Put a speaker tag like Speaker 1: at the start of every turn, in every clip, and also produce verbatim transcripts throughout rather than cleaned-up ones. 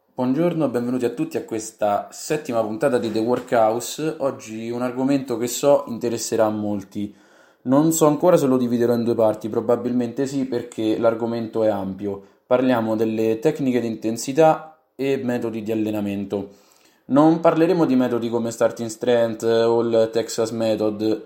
Speaker 1: Buongiorno, benvenuti a tutti a questa settima puntata di The Workhouse. Oggi un argomento che so interesserà a molti. Non so ancora se lo dividerò in due parti, probabilmente sì perché l'argomento è ampio. Parliamo delle tecniche di intensità e metodi di allenamento. Non parleremo di metodi come Starting Strength o il Texas Method.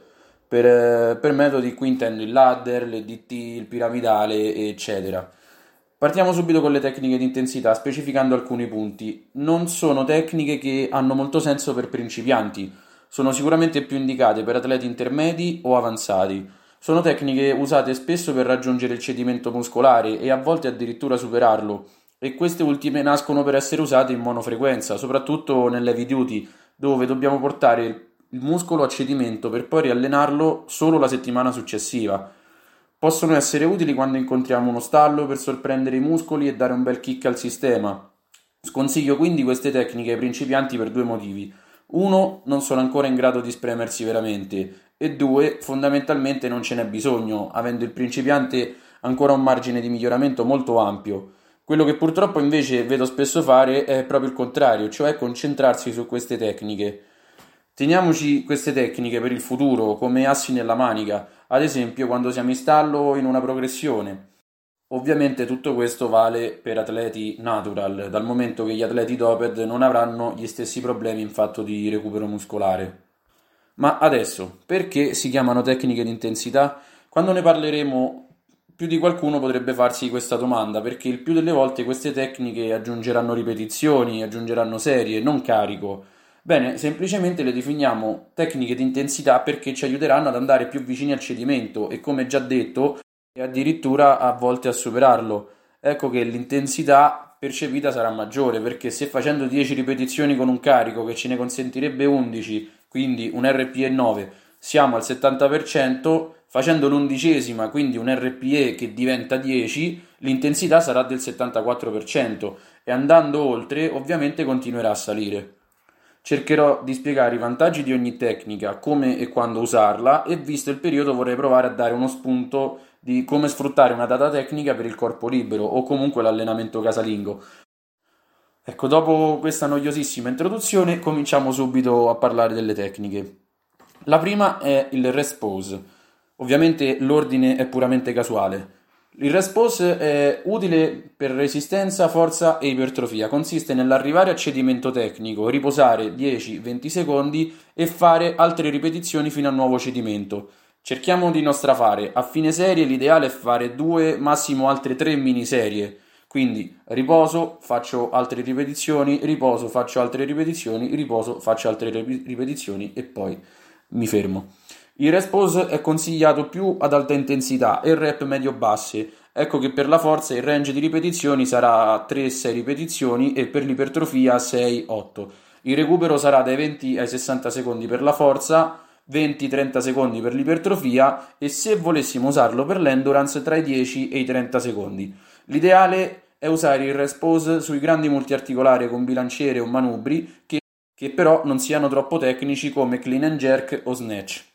Speaker 1: Per, per metodi qui intendo il ladder, l'E D T, il piramidale, eccetera. Partiamo subito con le tecniche di intensità, specificando alcuni punti. Non sono tecniche che hanno molto senso per principianti, sono sicuramente più indicate per atleti intermedi o avanzati. Sono tecniche usate spesso per raggiungere il cedimento muscolare e a volte addirittura superarlo, e queste ultime nascono per essere usate in monofrequenza, soprattutto nell'heavy duty, dove dobbiamo portare il muscolo a cedimento per poi riallenarlo solo la settimana successiva. Possono essere utili quando incontriamo uno stallo per sorprendere i muscoli e dare un bel kick al sistema. Sconsiglio quindi queste tecniche ai principianti per due motivi. Uno, non sono ancora in grado di spremersi veramente, e due, fondamentalmente non ce n'è bisogno, avendo il principiante ancora un margine di miglioramento molto ampio. Quello che purtroppo invece vedo spesso fare è proprio il contrario, cioè concentrarsi su queste tecniche. Teniamoci queste tecniche per il futuro come assi nella manica, ad esempio quando siamo in stallo o in una progressione. Ovviamente tutto questo vale per atleti natural, dal momento che gli atleti doped non avranno gli stessi problemi in fatto di recupero muscolare. Ma adesso, perché si chiamano tecniche di intensità? Quando ne parleremo, più di qualcuno potrebbe farsi questa domanda, perché il più delle volte queste tecniche aggiungeranno ripetizioni, aggiungeranno serie, non carico. Bene, semplicemente le definiamo tecniche di intensità perché ci aiuteranno ad andare più vicini al cedimento e, come già detto, e addirittura a volte a superarlo. Ecco che l'intensità percepita sarà maggiore, perché se facendo dieci ripetizioni con un carico che ce ne consentirebbe undici, quindi un R P E nove, siamo al settanta per cento, facendo l'undicesima, quindi un R P E che diventa dieci, l'intensità sarà del settantaquattro per cento e andando oltre ovviamente continuerà a salire. Cercherò di spiegare i vantaggi di ogni tecnica, come e quando usarla, e visto il periodo vorrei provare a dare uno spunto di come sfruttare una data tecnica per il corpo libero o comunque l'allenamento casalingo. Ecco, dopo questa noiosissima introduzione, cominciamo subito a parlare delle tecniche. La prima è il rest pose. Ovviamente l'ordine è puramente casuale. Il rest pose è utile per resistenza, forza e ipertrofia. Consiste nell'arrivare a cedimento tecnico, riposare dieci venti secondi e fare altre ripetizioni fino a nuovo cedimento. Cerchiamo di non strafare. A fine serie l'ideale è fare due, massimo altre tre miniserie. Quindi riposo, faccio altre ripetizioni, riposo, faccio altre ripetizioni, riposo, faccio altre ripetizioni e poi mi fermo. Il rest pause è consigliato più ad alta intensità e rep medio-basse. Ecco che per la forza il range di ripetizioni sarà tre sei ripetizioni e per l'ipertrofia sei otto. Il recupero sarà dai venti ai sessanta secondi per la forza, venti trenta secondi per l'ipertrofia e se volessimo usarlo per l'endurance tra i dieci e i trenta secondi. L'ideale è usare il rest pause sui grandi multiarticolari con bilanciere o manubri che, che però non siano troppo tecnici come clean and jerk o snatch.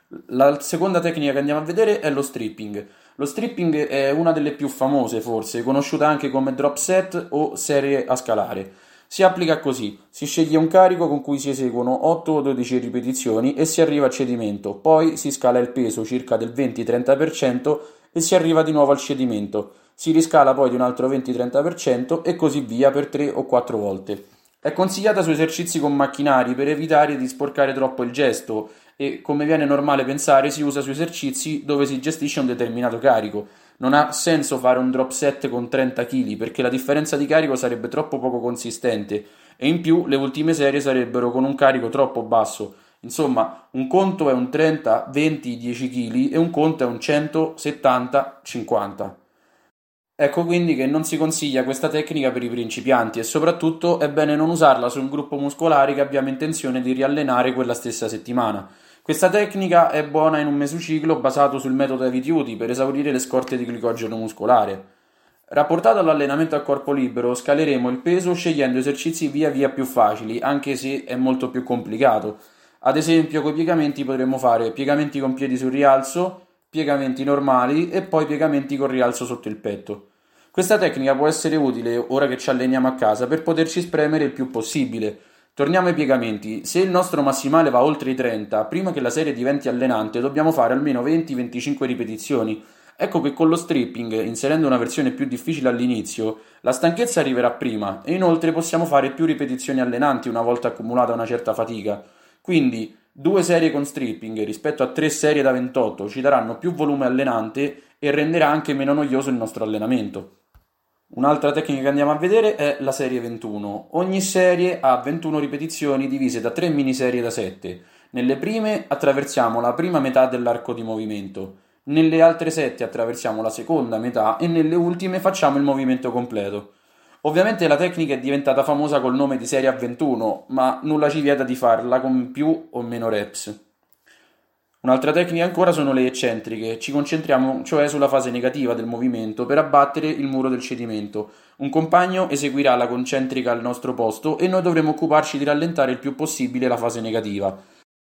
Speaker 1: La seconda tecnica che andiamo a vedere è lo stripping. Lo stripping è una delle più famose forse, conosciuta anche come drop set o serie a scalare. Si applica così: si sceglie un carico con cui si eseguono otto o dodici ripetizioni e si arriva a cedimento, poi si scala il peso circa del venti-trenta per cento e si arriva di nuovo al cedimento, si riscala poi di un altro venti-trenta per cento e così via per tre o quattro volte. È consigliata su esercizi con macchinari per evitare di sporcare troppo il gesto e, come viene normale pensare, si usa su esercizi dove si gestisce un determinato carico. Non ha senso fare un drop set con trenta chili perché la differenza di carico sarebbe troppo poco consistente e in più le ultime serie sarebbero con un carico troppo basso. Insomma, un conto è un trenta venti dieci chili e un conto è un cento settanta cinquanta. Ecco quindi che non si consiglia questa tecnica per i principianti e soprattutto è bene non usarla su un gruppo muscolare che abbiamo intenzione di riallenare quella stessa settimana. Questa tecnica è buona in un mesociclo basato sul metodo heavy duty per esaurire le scorte di glicogeno muscolare. Rapportato all'allenamento a corpo libero, scaleremo il peso scegliendo esercizi via via più facili, anche se è molto più complicato. Ad esempio, con i piegamenti potremo fare piegamenti con piedi sul rialzo, piegamenti normali e poi piegamenti con rialzo sotto il petto. Questa tecnica può essere utile ora che ci alleniamo a casa per poterci spremere il più possibile. Torniamo ai piegamenti. Se il nostro massimale va oltre i trenta, prima che la serie diventi allenante, dobbiamo fare almeno venti venticinque ripetizioni. Ecco che con lo stripping, inserendo una versione più difficile all'inizio, la stanchezza arriverà prima e inoltre possiamo fare più ripetizioni allenanti una volta accumulata una certa fatica. Quindi, due serie con stripping rispetto a tre serie da ventotto ci daranno più volume allenante e renderà anche meno noioso il nostro allenamento. Un'altra tecnica che andiamo a vedere è la serie ventuno. Ogni serie ha ventuno ripetizioni divise da tre miniserie da sette. Nelle prime attraversiamo la prima metà dell'arco di movimento, nelle altre sette attraversiamo la seconda metà e nelle ultime facciamo il movimento completo. Ovviamente la tecnica è diventata famosa col nome di serie a ventuno, ma nulla ci vieta di farla con più o meno reps. Un'altra tecnica ancora sono le eccentriche, ci concentriamo cioè sulla fase negativa del movimento per abbattere il muro del cedimento. Un compagno eseguirà la concentrica al nostro posto e noi dovremo occuparci di rallentare il più possibile la fase negativa.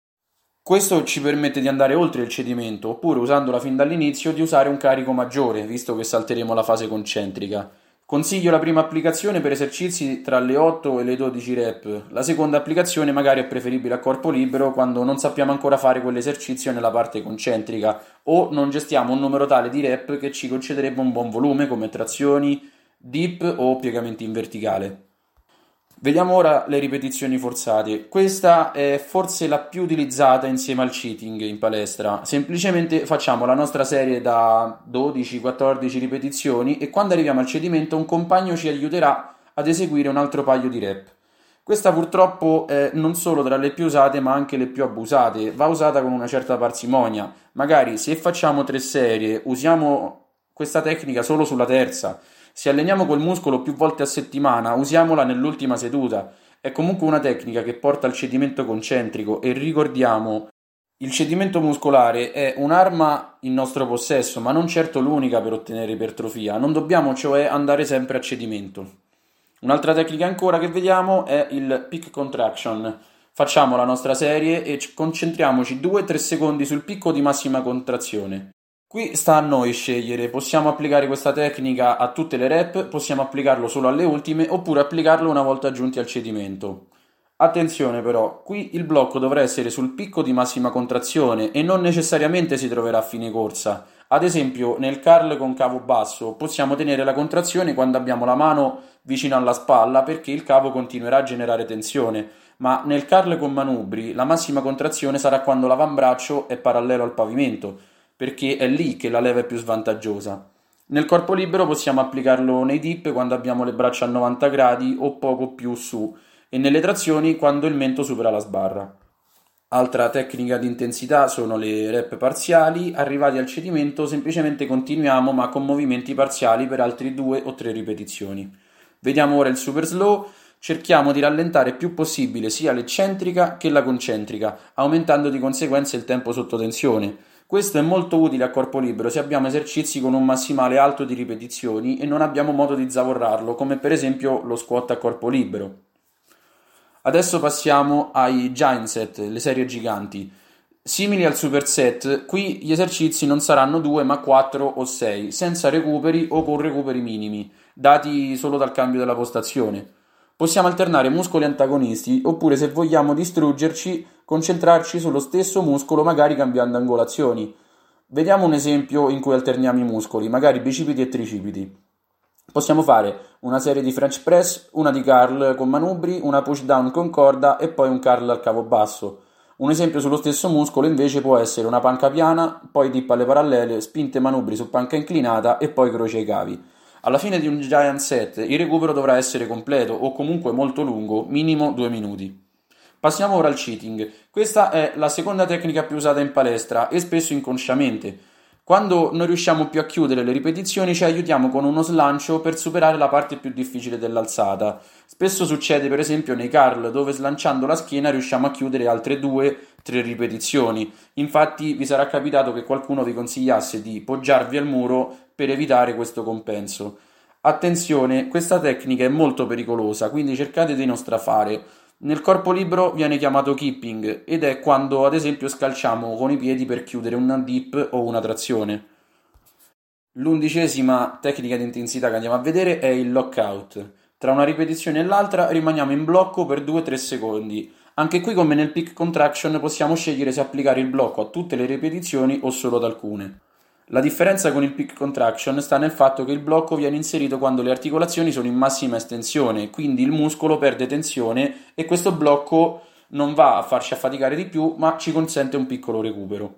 Speaker 1: Questo ci permette di andare oltre il cedimento, oppure usandola fin dall'inizio di usare un carico maggiore, visto che salteremo la fase concentrica. Consiglio la prima applicazione per esercizi tra le otto e le dodici rep. La seconda applicazione magari è preferibile a corpo libero quando non sappiamo ancora fare quell'esercizio nella parte concentrica o non gestiamo un numero tale di rep che ci concederebbe un buon volume come trazioni, dip o piegamenti in verticale. Vediamo ora le ripetizioni forzate. Questa è forse la più utilizzata insieme al cheating in palestra. Semplicemente facciamo la nostra serie da dodici quattordici ripetizioni e quando arriviamo al cedimento un compagno ci aiuterà ad eseguire un altro paio di rep. Questa purtroppo è non solo tra le più usate ma anche le più abusate. Va usata con una certa parsimonia. Magari se facciamo tre serie usiamo questa tecnica solo sulla terza. Se alleniamo quel muscolo più volte a settimana, usiamola nell'ultima seduta. È comunque una tecnica che porta al cedimento concentrico e ricordiamo, il cedimento muscolare è un'arma in nostro possesso, ma non certo l'unica per ottenere ipertrofia. Non dobbiamo cioè andare sempre a cedimento. Un'altra tecnica ancora che vediamo è il peak contraction. Facciamo la nostra serie e concentriamoci due tre secondi sul picco di massima contrazione. Qui sta a noi scegliere, possiamo applicare questa tecnica a tutte le rep, possiamo applicarlo solo alle ultime oppure applicarlo una volta giunti al cedimento. Attenzione però, qui il blocco dovrà essere sul picco di massima contrazione e non necessariamente si troverà a fine corsa. Ad esempio nel curl con cavo basso possiamo tenere la contrazione quando abbiamo la mano vicino alla spalla perché il cavo continuerà a generare tensione, ma nel curl con manubri la massima contrazione sarà quando l'avambraccio è parallelo al pavimento, perché è lì che la leva è più svantaggiosa. Nel corpo libero possiamo applicarlo nei dip quando abbiamo le braccia a novanta gradi o poco più su e nelle trazioni quando il mento supera la sbarra. Altra tecnica di intensità sono le rep parziali. Arrivati al cedimento semplicemente continuiamo ma con movimenti parziali per altri due o tre ripetizioni. Vediamo ora il super slow. Cerchiamo di rallentare il più possibile sia l'eccentrica che la concentrica, aumentando di conseguenza il tempo sotto tensione. Questo è molto utile a corpo libero se abbiamo esercizi con un massimale alto di ripetizioni e non abbiamo modo di zavorrarlo, come per esempio lo squat a corpo libero. Adesso passiamo ai giant set, le serie giganti. Simili al superset, qui gli esercizi non saranno due ma quattro o sei, senza recuperi o con recuperi minimi, dati solo dal cambio della postazione. Possiamo alternare muscoli antagonisti oppure se vogliamo distruggerci, concentrarci sullo stesso muscolo magari cambiando angolazioni. Vediamo un esempio in cui alterniamo i muscoli, magari bicipiti e tricipiti. Possiamo fare una serie di French press, una di curl con manubri, una push down con corda e poi un curl al cavo basso. Un esempio sullo stesso muscolo invece può essere una panca piana, poi dip alle parallele, spinte manubri su panca inclinata e poi croce ai cavi. Alla fine di un giant set il recupero dovrà essere completo o comunque molto lungo, minimo due minuti. Passiamo ora al cheating. Questa è la seconda tecnica più usata in palestra e spesso inconsciamente. Quando non riusciamo più a chiudere le ripetizioni ci aiutiamo con uno slancio per superare la parte più difficile dell'alzata. Spesso succede per esempio nei curl dove slanciando la schiena riusciamo a chiudere altre due tre ripetizioni. Infatti vi sarà capitato che qualcuno vi consigliasse di poggiarvi al muro per evitare questo compenso. Attenzione, questa tecnica è molto pericolosa, quindi cercate di non strafare. Nel corpo libero viene chiamato keeping ed è quando ad esempio scalciamo con i piedi per chiudere un dip o una trazione. L'undicesima tecnica di intensità che andiamo a vedere è il lockout. Tra una ripetizione e l'altra rimaniamo in blocco per due tre secondi. Anche qui, come nel peak contraction, possiamo scegliere se applicare il blocco a tutte le ripetizioni o solo ad alcune. La differenza con il peak contraction sta nel fatto che il blocco viene inserito quando le articolazioni sono in massima estensione, quindi il muscolo perde tensione e questo blocco non va a farci affaticare di più, ma ci consente un piccolo recupero.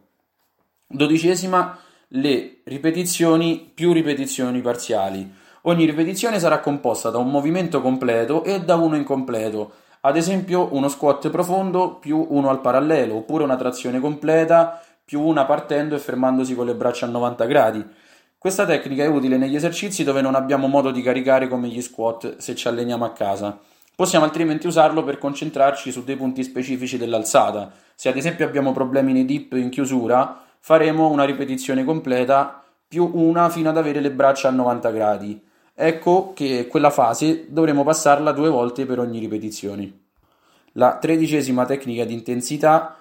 Speaker 1: Dodicesima, le ripetizioni più ripetizioni parziali. Ogni ripetizione sarà composta da un movimento completo e da uno incompleto. Ad esempio uno squat profondo più uno al parallelo, oppure una trazione completa più una partendo e fermandosi con le braccia a novanta gradi. Questa tecnica è utile negli esercizi dove non abbiamo modo di caricare come gli squat se ci alleniamo a casa. Possiamo altrimenti usarlo per concentrarci su dei punti specifici dell'alzata. Se ad esempio abbiamo problemi nei dip in chiusura, faremo una ripetizione completa più una fino ad avere le braccia a novanta gradi. Ecco che quella fase dovremo passarla due volte per ogni ripetizione. La tredicesima tecnica di intensità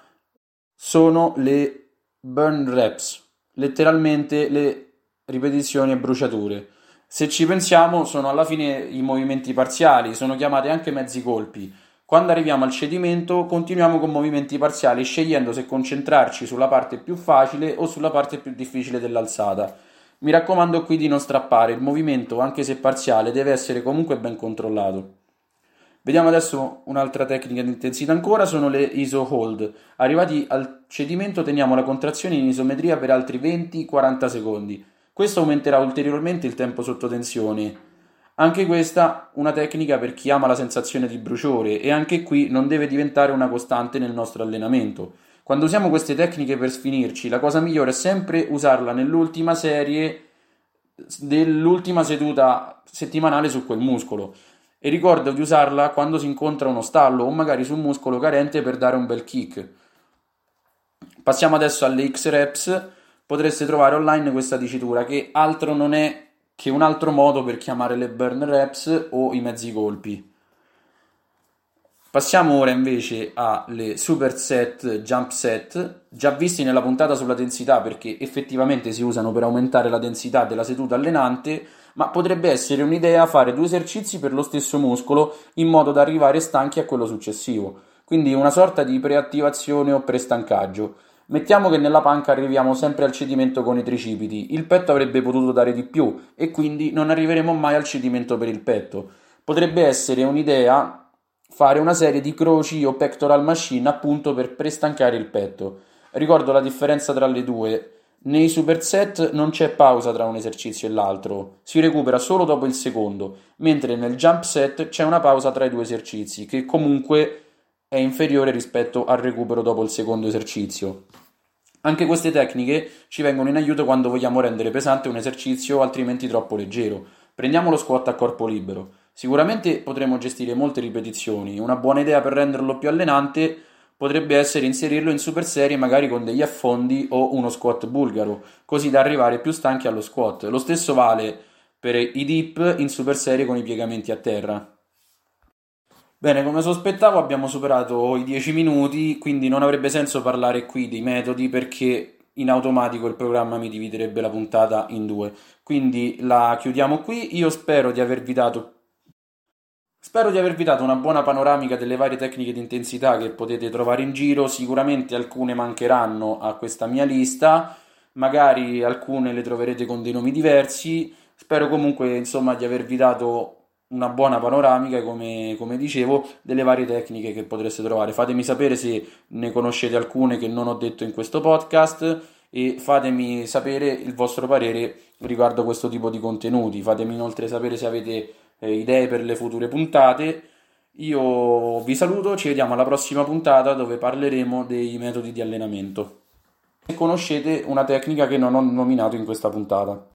Speaker 1: sono le burn reps, letteralmente le ripetizioni e bruciature. Se ci pensiamo, sono alla fine i movimenti parziali, sono chiamati anche mezzi colpi. Quando arriviamo al cedimento, continuiamo con movimenti parziali, scegliendo se concentrarci sulla parte più facile o sulla parte più difficile dell'alzata. Mi raccomando qui di non strappare, il movimento, anche se parziale, deve essere comunque ben controllato. Vediamo adesso un'altra tecnica di intensità ancora, sono le iso hold. Arrivati al cedimento teniamo la contrazione in isometria per altri venti quaranta secondi. Questo aumenterà ulteriormente il tempo sotto tensione. Anche questa una tecnica per chi ama la sensazione di bruciore e anche qui non deve diventare una costante nel nostro allenamento. Quando usiamo queste tecniche per sfinirci, la cosa migliore è sempre usarla nell'ultima serie dell'ultima seduta settimanale su quel muscolo. E ricordo di usarla quando si incontra uno stallo o magari su un muscolo carente per dare un bel kick. Passiamo adesso alle X-Reps. Potreste trovare online questa dicitura che altro non è che un altro modo per chiamare le burn reps o i mezzi colpi. Passiamo ora invece alle superset jump set, già visti nella puntata sulla densità perché effettivamente si usano per aumentare la densità della seduta allenante, ma potrebbe essere un'idea fare due esercizi per lo stesso muscolo in modo da arrivare stanchi a quello successivo, quindi una sorta di preattivazione o prestancaggio. Mettiamo che nella panca arriviamo sempre al cedimento con i tricipiti, il petto avrebbe potuto dare di più e quindi non arriveremo mai al cedimento per il petto. Potrebbe essere un'idea fare una serie di croci o pectoral machine appunto per prestancare il petto. Ricordo la differenza tra le due. Nei superset non c'è pausa tra un esercizio e l'altro, si recupera solo dopo il secondo, mentre nel jump set c'è una pausa tra i due esercizi, che comunque è inferiore rispetto al recupero dopo il secondo esercizio. Anche queste tecniche ci vengono in aiuto quando vogliamo rendere pesante un esercizio altrimenti troppo leggero. Prendiamo lo squat a corpo libero. Sicuramente potremo gestire molte ripetizioni, una buona idea per renderlo più allenante potrebbe essere inserirlo in super serie magari con degli affondi o uno squat bulgaro, così da arrivare più stanchi allo squat. Lo stesso vale per i dip in super serie con i piegamenti a terra. Bene, come sospettavo abbiamo superato i dieci minuti, quindi non avrebbe senso parlare qui dei metodi perché in automatico il programma mi dividerebbe la puntata in due. Quindi la chiudiamo qui, io spero di avervi dato Spero di avervi dato una buona panoramica delle varie tecniche di intensità che potete trovare in giro, sicuramente alcune mancheranno a questa mia lista, magari alcune le troverete con dei nomi diversi, spero comunque insomma di avervi dato una buona panoramica, come, come dicevo, delle varie tecniche che potreste trovare. Fatemi sapere se ne conoscete alcune che non ho detto in questo podcast e fatemi sapere il vostro parere riguardo questo tipo di contenuti. Fatemi inoltre sapere se avete eh, idee per le future puntate. Io vi saluto, ci vediamo alla prossima puntata dove parleremo dei metodi di allenamento. E conoscete una tecnica che non ho nominato in questa puntata.